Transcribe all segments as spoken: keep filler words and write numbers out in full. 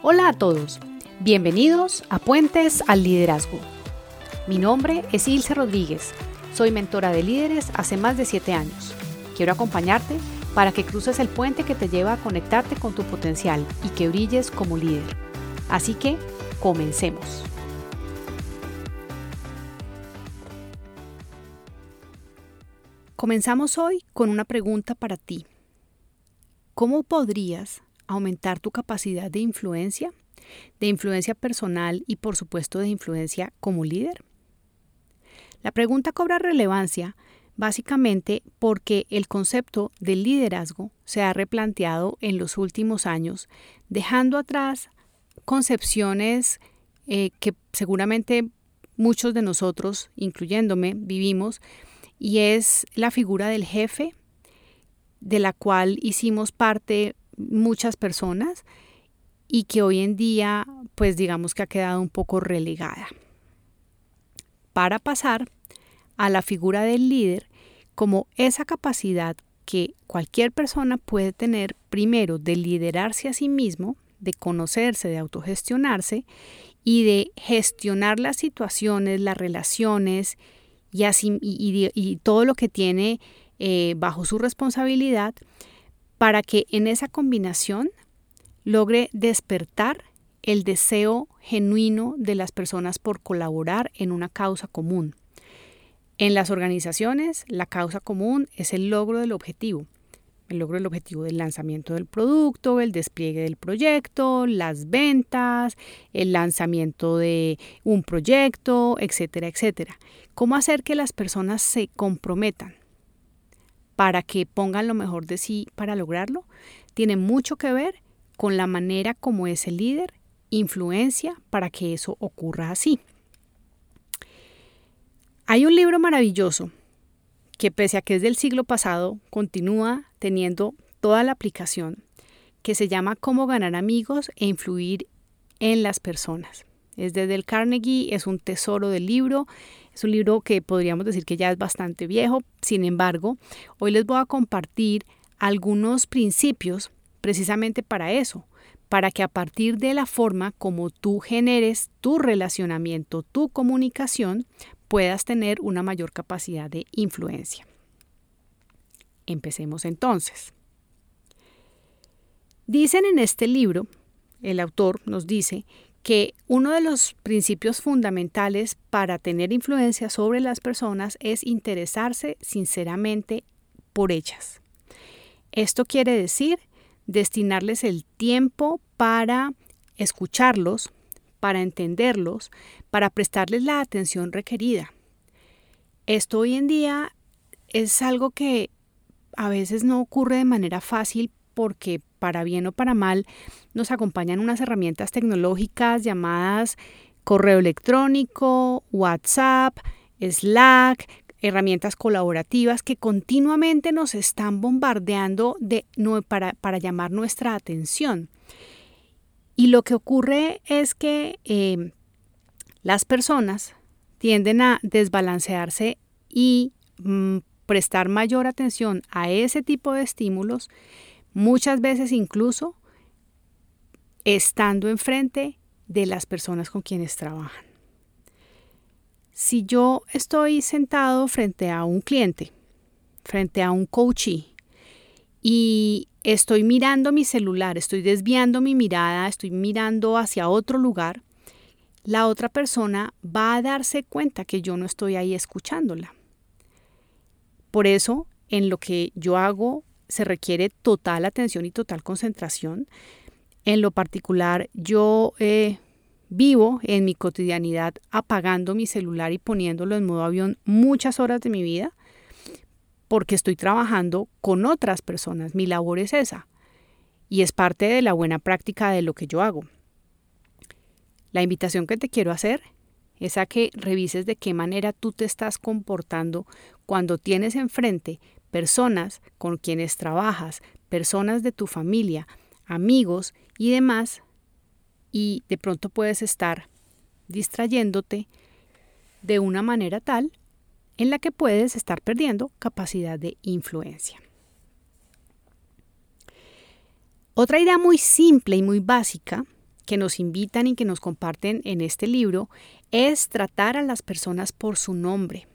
Hola a todos, bienvenidos a Puentes al Liderazgo. Mi nombre es Ilse Rodríguez, soy mentora de líderes hace más de siete años. Quiero acompañarte para que cruces el puente que te lleva a conectarte con tu potencial y que brilles como líder. Así que, comencemos. Comenzamos hoy con una pregunta para ti. ¿Cómo podrías aumentar tu capacidad de influencia, de influencia personal y por supuesto de influencia como líder? La pregunta cobra relevancia básicamente porque el concepto del liderazgo se ha replanteado en los últimos años, dejando atrás concepciones eh, que seguramente muchos de nosotros, incluyéndome, vivimos, y es la figura del jefe, de la cual hicimos parte muchas personas y que hoy en día, pues digamos que ha quedado un poco relegada. Para pasar a la figura del líder como esa capacidad que cualquier persona puede tener, primero, de liderarse a sí mismo, de conocerse, de autogestionarse y de gestionar las situaciones, las relaciones y, así, y, y, y todo lo que tiene eh, bajo su responsabilidad, para que en esa combinación logre despertar el deseo genuino de las personas por colaborar en una causa común. En las organizaciones, la causa común es el logro del objetivo. El logro del objetivo del lanzamiento del producto, el despliegue del proyecto, las ventas, el lanzamiento de un proyecto, etcétera, etcétera. ¿Cómo hacer que las personas se comprometan para que pongan lo mejor de sí para lograrlo? Tiene mucho que ver con la manera como ese líder influencia para que eso ocurra así. Hay un libro maravilloso que, pese a que es del siglo pasado, continúa teniendo toda la aplicación, que se llama Cómo ganar amigos e influir en las personas. Es de Dale Carnegie, es un tesoro del libro, es un libro que podríamos decir que ya es bastante viejo. Sin embargo, hoy les voy a compartir algunos principios precisamente para eso, para que a partir de la forma como tú generes tu relacionamiento, tu comunicación, puedas tener una mayor capacidad de influencia. Empecemos entonces. Dicen en este libro, el autor nos dice que uno de los principios fundamentales para tener influencia sobre las personas es interesarse sinceramente por ellas. Esto quiere decir destinarles el tiempo para escucharlos, para entenderlos, para prestarles la atención requerida. Esto hoy en día es algo que a veces no ocurre de manera fácil porque, para bien o para mal, nos acompañan unas herramientas tecnológicas llamadas correo electrónico, WhatsApp, Slack, herramientas colaborativas que continuamente nos están bombardeando de, no, para, para llamar nuestra atención. Y lo que ocurre es que eh, las personas tienden a desbalancearse y mm, prestar mayor atención a ese tipo de estímulos, muchas veces incluso estando enfrente de las personas con quienes trabajan. Si yo estoy sentado frente a un cliente, frente a un coachee, y estoy mirando mi celular, estoy desviando mi mirada, estoy mirando hacia otro lugar, la otra persona va a darse cuenta que yo no estoy ahí escuchándola. Por eso, en lo que yo hago se requiere total atención y total concentración. En lo particular, yo eh, vivo en mi cotidianidad apagando mi celular y poniéndolo en modo avión muchas horas de mi vida, porque estoy trabajando con otras personas. Mi labor es esa y es parte de la buena práctica de lo que yo hago. La invitación que te quiero hacer es a que revises de qué manera tú te estás comportando cuando tienes enfrente personas con quienes trabajas, personas de tu familia, amigos y demás, y de pronto puedes estar distrayéndote de una manera tal en la que puedes estar perdiendo capacidad de influencia. Otra idea muy simple y muy básica que nos invitan y que nos comparten en este libro es tratar a las personas por su nombre.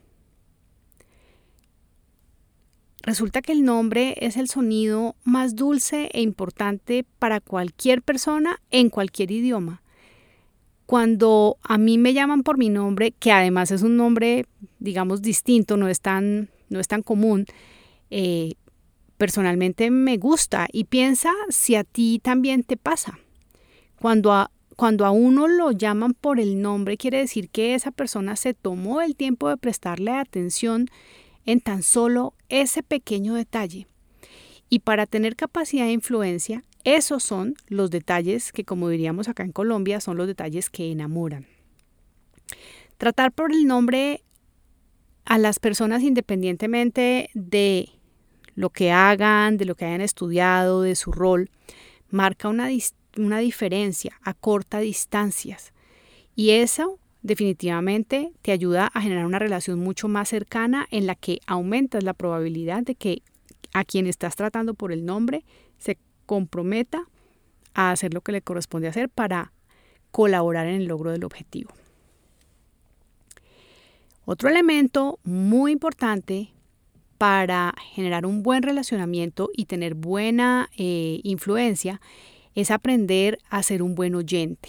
Resulta que el nombre es el sonido más dulce e importante para cualquier persona en cualquier idioma. Cuando a mí me llaman por mi nombre, que además es un nombre, digamos, distinto, no es tan, no es tan común, eh, personalmente me gusta. Y piensa si a ti también te pasa. Cuando a, cuando a uno lo llaman por el nombre, quiere decir que esa persona se tomó el tiempo de prestarle atención en tan solo ese pequeño detalle. Y para tener capacidad de influencia, esos son los detalles que, como diríamos acá en Colombia, son los detalles que enamoran. Tratar por el nombre a las personas independientemente de lo que hagan, de lo que hayan estudiado, de su rol, marca una, una diferencia, acorta distancias. Y eso definitivamente te ayuda a generar una relación mucho más cercana en la que aumentas la probabilidad de que a quien estás tratando por el nombre se comprometa a hacer lo que le corresponde hacer para colaborar en el logro del objetivo. Otro elemento muy importante para generar un buen relacionamiento y tener buena eh, influencia es aprender a ser un buen oyente.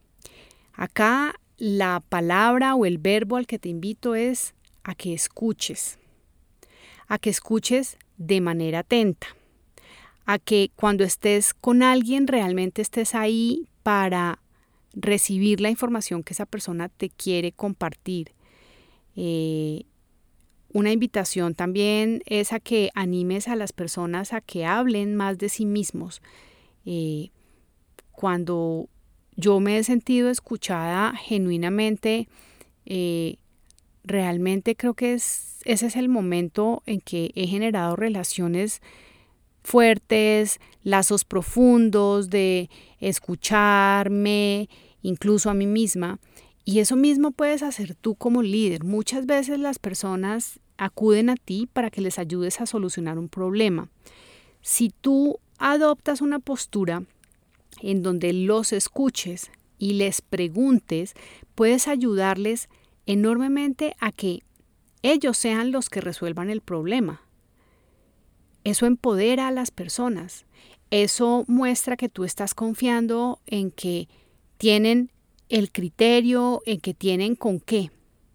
Acá la palabra o el verbo al que te invito es a que escuches, a que escuches de manera atenta, a que cuando estés con alguien realmente estés ahí para recibir la información que esa persona te quiere compartir. Eh, una invitación también es a que animes a las personas a que hablen más de sí mismos. Eh, cuando yo me he sentido escuchada genuinamente, eh, realmente creo que es, ese es el momento en que he generado relaciones fuertes, lazos profundos de escucharme, incluso a mí misma. Y eso mismo puedes hacer tú como líder. Muchas veces las personas acuden a ti para que les ayudes a solucionar un problema. Si tú adoptas una postura en donde los escuches y les preguntes, puedes ayudarles enormemente a que ellos sean los que resuelvan el problema. Eso empodera a las personas. Eso muestra que tú estás confiando en que tienen el criterio, en que tienen con qué.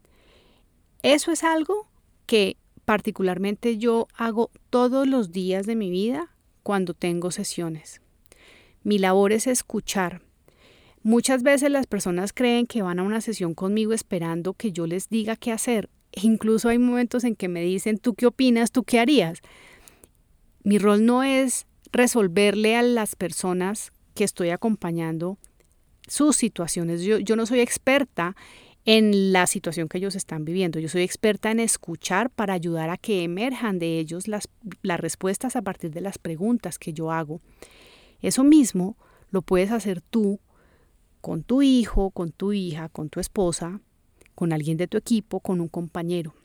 Eso es algo que particularmente yo hago todos los días de mi vida cuando tengo sesiones. Mi labor es escuchar. Muchas veces las personas creen que van a una sesión conmigo esperando que yo les diga qué hacer. Incluso hay momentos en que me dicen, ¿tú qué opinas? ¿Tú qué harías? Mi rol no es resolverle a las personas que estoy acompañando sus situaciones. Yo, yo no soy experta en la situación que ellos están viviendo. Yo soy experta en escuchar para ayudar a que emerjan de ellos las, las respuestas a partir de las preguntas que yo hago. Eso mismo lo puedes hacer tú con tu hijo, con tu hija, con tu esposa, con alguien de tu equipo, con un compañero.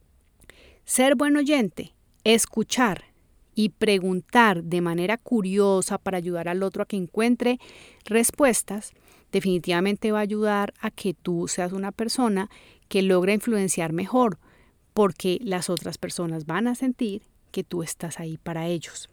Ser buen oyente, escuchar y preguntar de manera curiosa para ayudar al otro a que encuentre respuestas, definitivamente va a ayudar a que tú seas una persona que logra influenciar mejor, porque las otras personas van a sentir que tú estás ahí para ellos.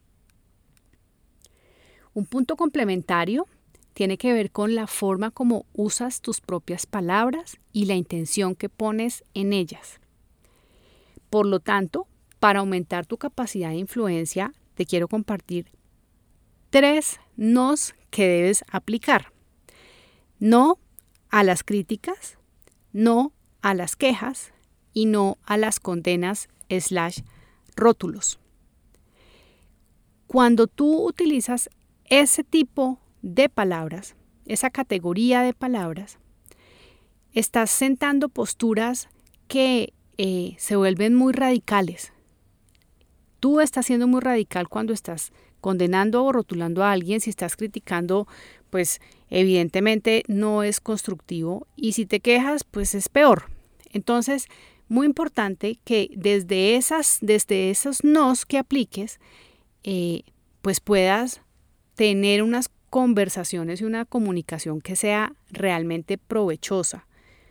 Un punto complementario tiene que ver con la forma como usas tus propias palabras y la intención que pones en ellas. Por lo tanto, para aumentar tu capacidad de influencia, te quiero compartir tres nos que debes aplicar. No a las críticas, no a las quejas y no a las condenas slash rótulos. Cuando tú utilizas ese tipo de palabras, esa categoría de palabras, estás sentando posturas que eh, se vuelven muy radicales. Tú estás siendo muy radical cuando estás condenando o rotulando a alguien. Si estás criticando, pues evidentemente no es constructivo, y si te quejas, pues es peor. Entonces, muy importante que desde, esas, desde esos nos que apliques, eh, pues puedas tener unas conversaciones y una comunicación que sea realmente provechosa.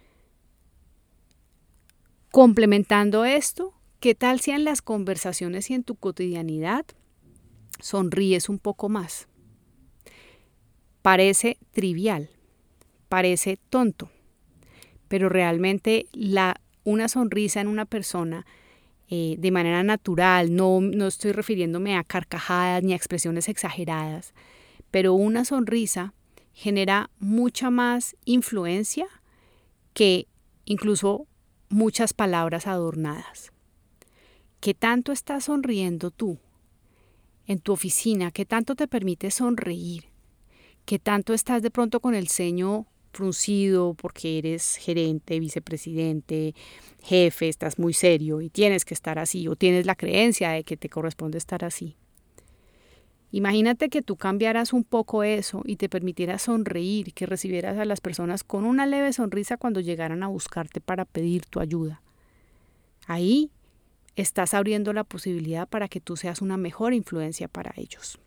Complementando esto, ¿qué tal si en las conversaciones y en tu cotidianidad sonríes un poco más? Parece trivial, parece tonto, pero realmente la, una sonrisa en una persona eh, de manera natural, no, no estoy refiriéndome a carcajadas ni a expresiones exageradas, pero una sonrisa genera mucha más influencia que incluso muchas palabras adornadas. ¿Qué tanto estás sonriendo tú en tu oficina? ¿Qué tanto te permite sonreír? ¿Qué tanto estás de pronto con el ceño fruncido porque eres gerente, vicepresidente, jefe, estás muy serio y tienes que estar así o tienes la creencia de que te corresponde estar así? Imagínate que tú cambiaras un poco eso y te permitieras sonreír, que recibieras a las personas con una leve sonrisa cuando llegaran a buscarte para pedir tu ayuda. Ahí estás abriendo la posibilidad para que tú seas una mejor influencia para ellos.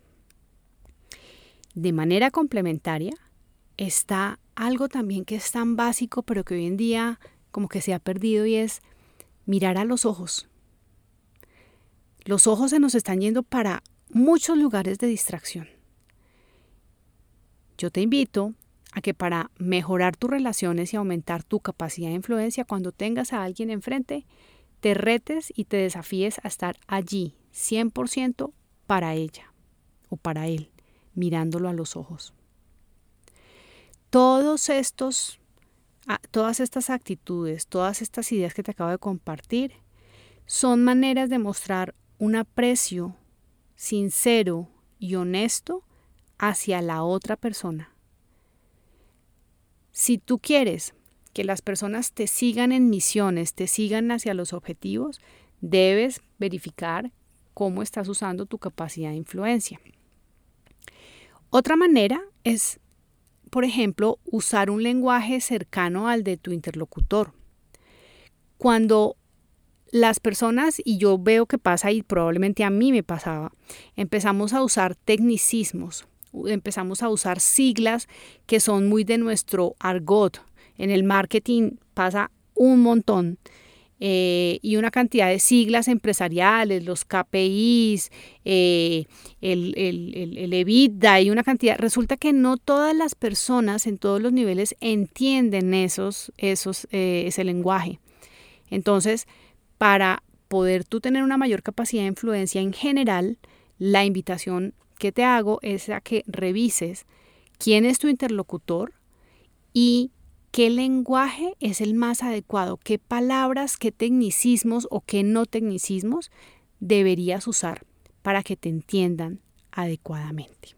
De manera complementaria, está algo también que es tan básico, pero que hoy en día como que se ha perdido, y es mirar a los ojos. Los ojos se nos están yendo para muchos lugares de distracción. Yo te invito a que para mejorar tus relaciones y aumentar tu capacidad de influencia, cuando tengas a alguien enfrente, te retes y te desafíes a estar allí, cien por ciento para ella o para él, mirándolo a los ojos. Todos estos, todas estas actitudes, todas estas ideas que te acabo de compartir, son maneras de mostrar un aprecio sincero y honesto hacia la otra persona. Si tú quieres que las personas te sigan en misiones, te sigan hacia los objetivos, debes verificar cómo estás usando tu capacidad de influencia. Otra manera es, por ejemplo, usar un lenguaje cercano al de tu interlocutor. Cuando las personas, y yo veo que pasa y probablemente a mí me pasaba, empezamos a usar tecnicismos, empezamos a usar siglas que son muy de nuestro argot. En el marketing pasa un montón eh, y una cantidad de siglas empresariales, los K P Is, eh, el, el, el, el EBITDA y una cantidad. Resulta que no todas las personas en todos los niveles entienden esos, esos, eh, ese lenguaje. Entonces, para poder tú tener una mayor capacidad de influencia en general, la invitación que te hago es a que revises quién es tu interlocutor y qué lenguaje es el más adecuado, qué palabras, qué tecnicismos o qué no tecnicismos deberías usar para que te entiendan adecuadamente.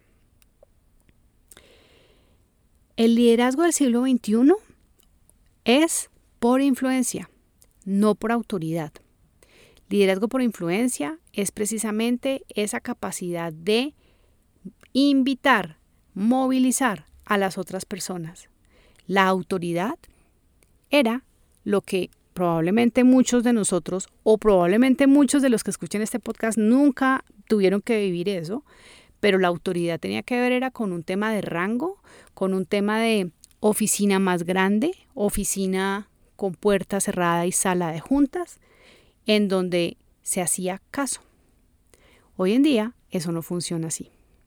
El liderazgo del siglo veintiuno es por influencia, no por autoridad. Liderazgo por influencia es precisamente esa capacidad de invitar, movilizar a las otras personas. La autoridad era lo que probablemente muchos de nosotros o probablemente muchos de los que escuchen este podcast nunca tuvieron que vivir eso, pero la autoridad tenía que ver era con un tema de rango, con un tema de oficina más grande, oficina con puerta cerrada y sala de juntas, en donde se hacía caso. Hoy en día eso no funciona así.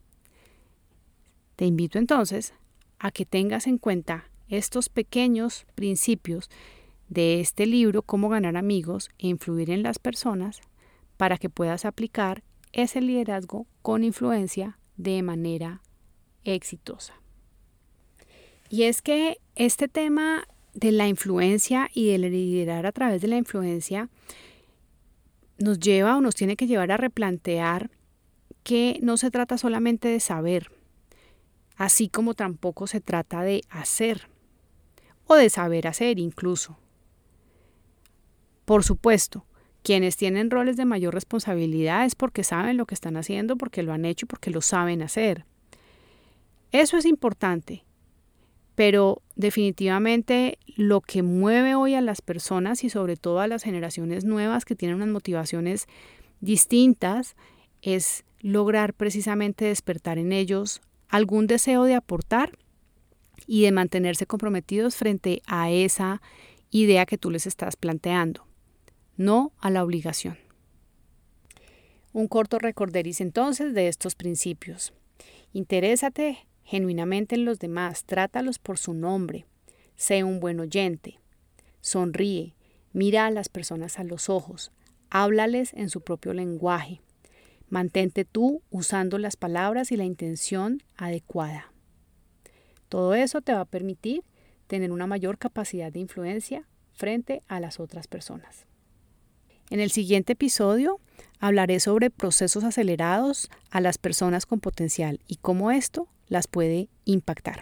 Te invito entonces a que tengas en cuenta estos pequeños principios de este libro, Cómo ganar amigos e influir en las personas, para que puedas aplicar ese liderazgo con influencia de manera exitosa. Y es que este tema de la influencia y del liderar a través de la influencia nos lleva o nos tiene que llevar a replantear que no se trata solamente de saber, así como tampoco se trata de hacer o de saber hacer incluso. Por supuesto, quienes tienen roles de mayor responsabilidad es porque saben lo que están haciendo, porque lo han hecho, porque lo saben hacer. Eso es importante. Pero definitivamente lo que mueve hoy a las personas y sobre todo a las generaciones nuevas que tienen unas motivaciones distintas es lograr precisamente despertar en ellos algún deseo de aportar y de mantenerse comprometidos frente a esa idea que tú les estás planteando, no a la obligación. Un corto recorderis entonces de estos principios. Interésate genuinamente en los demás, trátalos por su nombre, sé un buen oyente, sonríe, mira a las personas a los ojos, háblales en su propio lenguaje, mantente tú usando las palabras y la intención adecuada. Todo eso te va a permitir tener una mayor capacidad de influencia frente a las otras personas. En el siguiente episodio hablaré sobre procesos acelerados a las personas con potencial y cómo esto las puede impactar.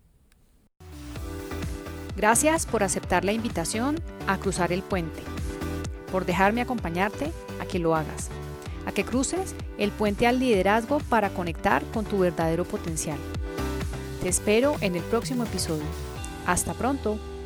Gracias por aceptar la invitación a cruzar el puente, por dejarme acompañarte a que lo hagas, a que cruces el puente al liderazgo para conectar con tu verdadero potencial. Te espero en el próximo episodio. Hasta pronto.